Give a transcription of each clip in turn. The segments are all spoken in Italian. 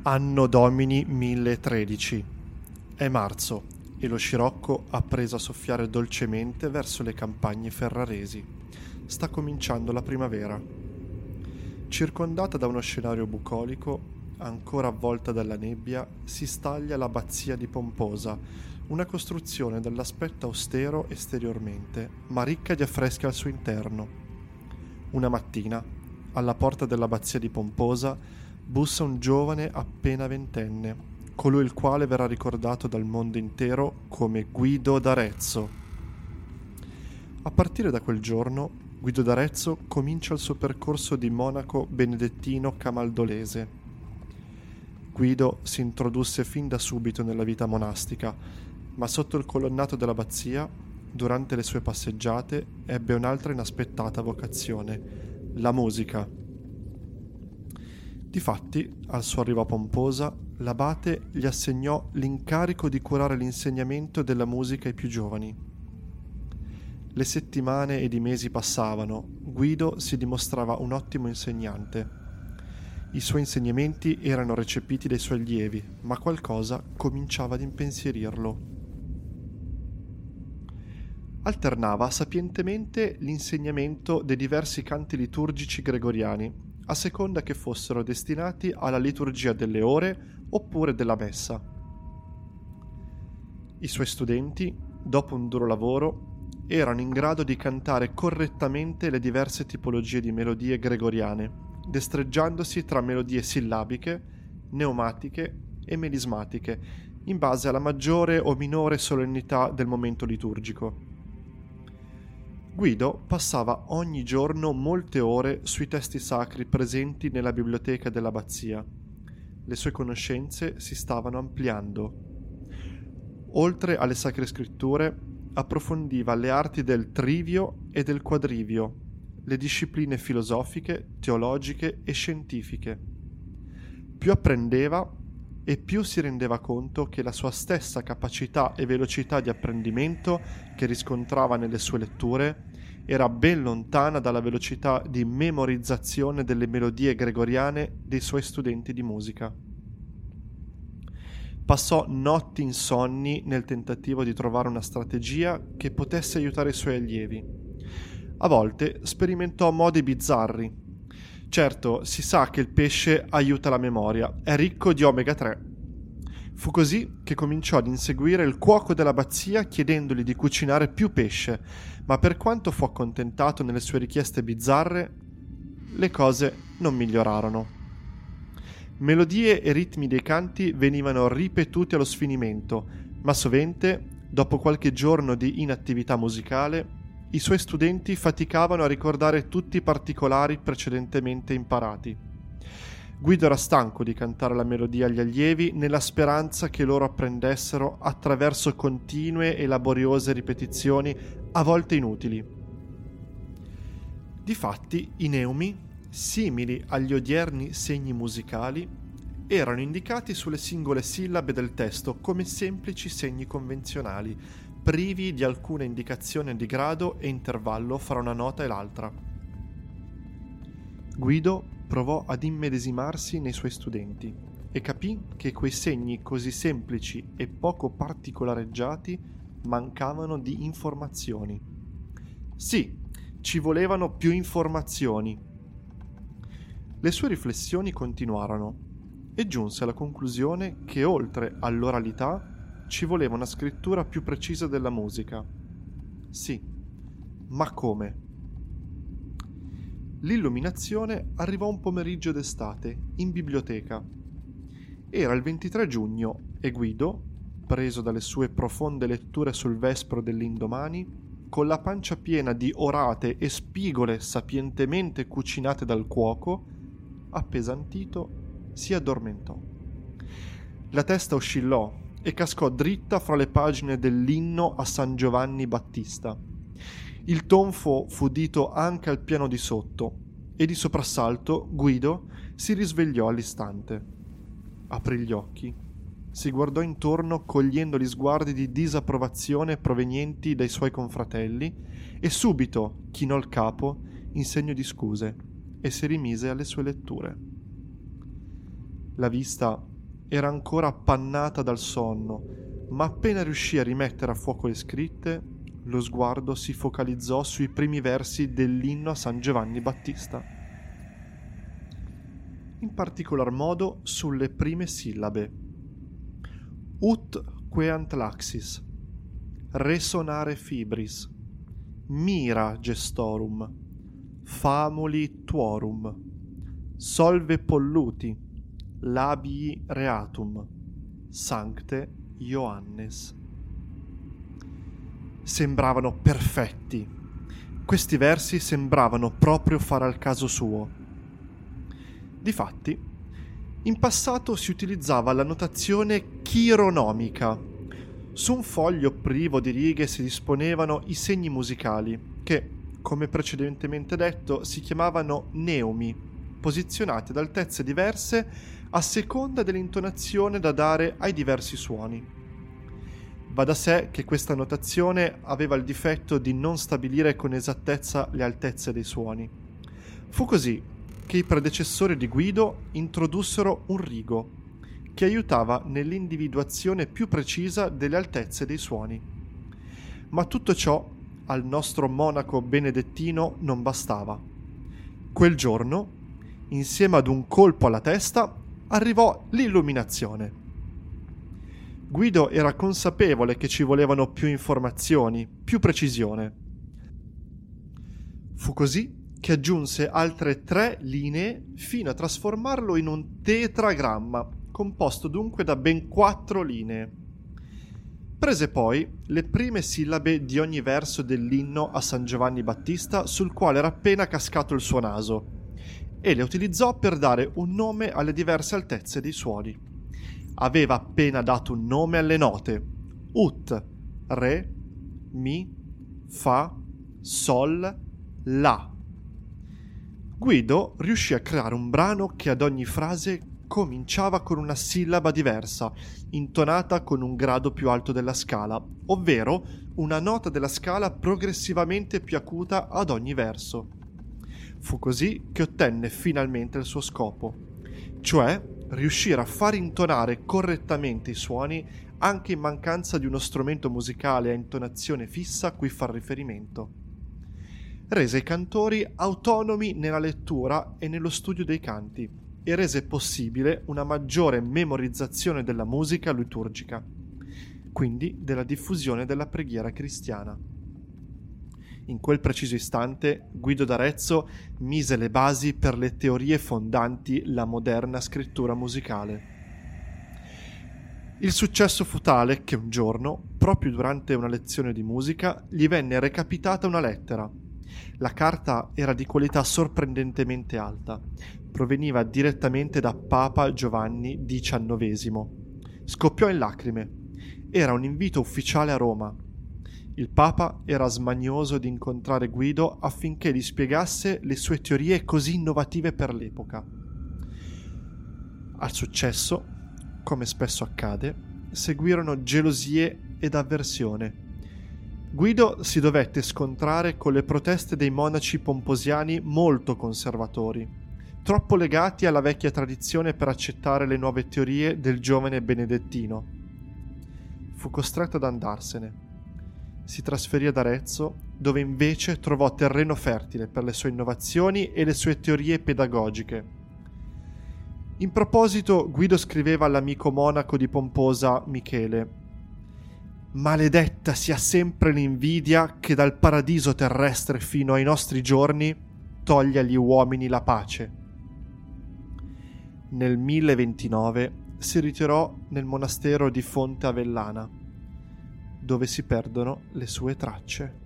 Anno Domini 1013. È marzo e lo scirocco ha preso a soffiare dolcemente verso le campagne ferraresi. Sta cominciando la primavera. Circondata da uno scenario bucolico, ancora avvolta dalla nebbia, si staglia l'abbazia di Pomposa, una costruzione dall'aspetto austero esteriormente, ma ricca di affreschi al suo interno. Una mattina, alla porta dell'abbazia di Pomposa, bussa un giovane appena ventenne, colui il quale verrà ricordato dal mondo intero come Guido d'Arezzo. A partire da quel giorno, Guido d'Arezzo comincia il suo percorso di monaco benedettino camaldolese. Guido si introdusse fin da subito nella vita monastica, ma sotto il colonnato dell'abbazia, durante le sue passeggiate, ebbe un'altra inaspettata vocazione, la musica. Difatti, al suo arrivo a Pomposa, l'abate gli assegnò l'incarico di curare l'insegnamento della musica ai più giovani. Le settimane ed i mesi passavano, Guido si dimostrava un ottimo insegnante. I suoi insegnamenti erano recepiti dai suoi allievi, ma qualcosa cominciava ad impensierirlo. Alternava sapientemente l'insegnamento dei diversi canti liturgici gregoriani, a seconda che fossero destinati alla liturgia delle ore oppure della messa. I suoi studenti, dopo un duro lavoro, erano in grado di cantare correttamente le diverse tipologie di melodie gregoriane, destreggiandosi tra melodie sillabiche, neumatiche e melismatiche, in base alla maggiore o minore solennità del momento liturgico. Guido passava ogni giorno molte ore sui testi sacri presenti nella biblioteca dell'abbazia. Le sue conoscenze si stavano ampliando. Oltre alle sacre scritture, approfondiva le arti del trivio e del quadrivio, le discipline filosofiche, teologiche e scientifiche. Più apprendeva e più si rendeva conto che la sua stessa capacità e velocità di apprendimento che riscontrava nelle sue letture era ben lontana dalla velocità di memorizzazione delle melodie gregoriane dei suoi studenti di musica. Passò notti insonni nel tentativo di trovare una strategia che potesse aiutare i suoi allievi. A volte sperimentò modi bizzarri. Certo, si sa che il pesce aiuta la memoria, è ricco di omega 3. Fu così che cominciò ad inseguire il cuoco dell'abbazia chiedendogli di cucinare più pesce, ma per quanto fu accontentato nelle sue richieste bizzarre, le cose non migliorarono. Melodie e ritmi dei canti venivano ripetuti allo sfinimento, ma sovente, dopo qualche giorno di inattività musicale, i suoi studenti faticavano a ricordare tutti i particolari precedentemente imparati. Guido era stanco di cantare la melodia agli allievi nella speranza che loro apprendessero attraverso continue e laboriose ripetizioni, a volte inutili. Difatti, i neumi, simili agli odierni segni musicali, erano indicati sulle singole sillabe del testo come semplici segni convenzionali, privi di alcuna indicazione di grado e intervallo fra una nota e l'altra. Guido provò ad immedesimarsi nei suoi studenti e capì che quei segni così semplici e poco particolareggiati mancavano di informazioni. Sì, ci volevano più informazioni. Le sue riflessioni continuarono e giunse alla conclusione che oltre all'oralità ci voleva una scrittura più precisa della musica. Sì, ma come? L'illuminazione arrivò un pomeriggio d'estate, in biblioteca. Era il 23 giugno e Guido, preso dalle sue profonde letture sul vespro dell'indomani, con la pancia piena di orate e spigole sapientemente cucinate dal cuoco, appesantito, si addormentò. La testa oscillò e cascò dritta fra le pagine dell'inno a San Giovanni Battista. Il tonfo fu udito anche al piano di sotto e di soprassalto Guido si risvegliò all'istante. Aprì gli occhi, si guardò intorno cogliendo gli sguardi di disapprovazione provenienti dai suoi confratelli e subito chinò il capo in segno di scuse e si rimise alle sue letture. La vista era ancora appannata dal sonno, ma appena riuscì a rimettere a fuoco le scritte, lo sguardo si focalizzò sui primi versi dell'inno a San Giovanni Battista. In particolar modo sulle prime sillabe. Ut queant laxis, resonare fibris, mira gestorum, famuli tuorum, solve polluti, labii reatum, sancte Ioannes. Sembravano perfetti. Questi versi sembravano proprio fare al caso suo. Difatti, in passato si utilizzava la notazione chironomica. Su un foglio privo di righe si disponevano i segni musicali, che, come precedentemente detto, si chiamavano neumi, posizionati ad altezze diverse a seconda dell'intonazione da dare ai diversi suoni. Va da sé che questa notazione aveva il difetto di non stabilire con esattezza le altezze dei suoni. Fu così che i predecessori di Guido introdussero un rigo, che aiutava nell'individuazione più precisa delle altezze dei suoni. Ma tutto ciò al nostro monaco benedettino non bastava. Quel giorno, insieme ad un colpo alla testa, arrivò l'illuminazione. Guido era consapevole che ci volevano più informazioni, più precisione. Fu così che aggiunse altre 3 linee fino a trasformarlo in un tetragramma, composto dunque da ben 4 linee. Prese poi le prime sillabe di ogni verso dell'inno a San Giovanni Battista sul quale era appena cascato il suo naso e le utilizzò per dare un nome alle diverse altezze dei suoni. Aveva appena dato un nome alle note: ut, re, mi, fa, sol, la. Guido riuscì a creare un brano che ad ogni frase cominciava con una sillaba diversa, intonata con un grado più alto della scala, ovvero una nota della scala progressivamente più acuta ad ogni verso. Fu così che ottenne finalmente il suo scopo, cioè riuscire a far intonare correttamente i suoni anche in mancanza di uno strumento musicale a intonazione fissa a cui far riferimento. Rese i cantori autonomi nella lettura e nello studio dei canti e rese possibile una maggiore memorizzazione della musica liturgica, quindi della diffusione della preghiera cristiana. In quel preciso istante Guido d'Arezzo mise le basi per le teorie fondanti la moderna scrittura musicale. Il successo fu tale che un giorno, proprio durante una lezione di musica, gli venne recapitata una lettera. La carta era di qualità sorprendentemente alta. Proveniva direttamente da Papa Giovanni XIX. Scoppiò in lacrime. Era un invito ufficiale a Roma. Il Papa era smanioso di incontrare Guido affinché gli spiegasse le sue teorie così innovative per l'epoca. Al successo, come spesso accade, seguirono gelosie ed avversione. Guido si dovette scontrare con le proteste dei monaci pomposiani molto conservatori, troppo legati alla vecchia tradizione per accettare le nuove teorie del giovane benedettino. Fu costretto ad andarsene. Si trasferì ad Arezzo, dove invece trovò terreno fertile per le sue innovazioni e le sue teorie pedagogiche. In proposito, Guido scriveva all'amico monaco di Pomposa, Michele: «Maledetta sia sempre l'invidia che dal paradiso terrestre fino ai nostri giorni toglie agli uomini la pace». Nel 1029 si ritirò nel monastero di Fonte Avellana, dove si perdono le sue tracce.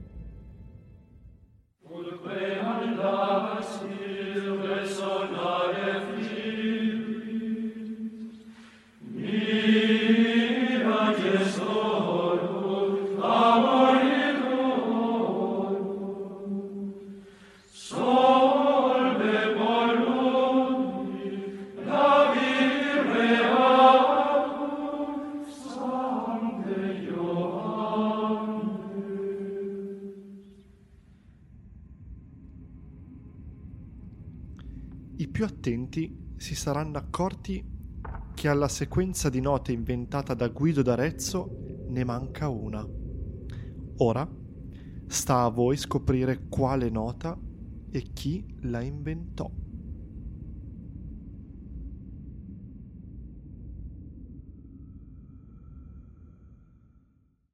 I più attenti si saranno accorti che alla sequenza di note inventata da Guido d'Arezzo ne manca una. Ora sta a voi scoprire quale nota e chi la inventò.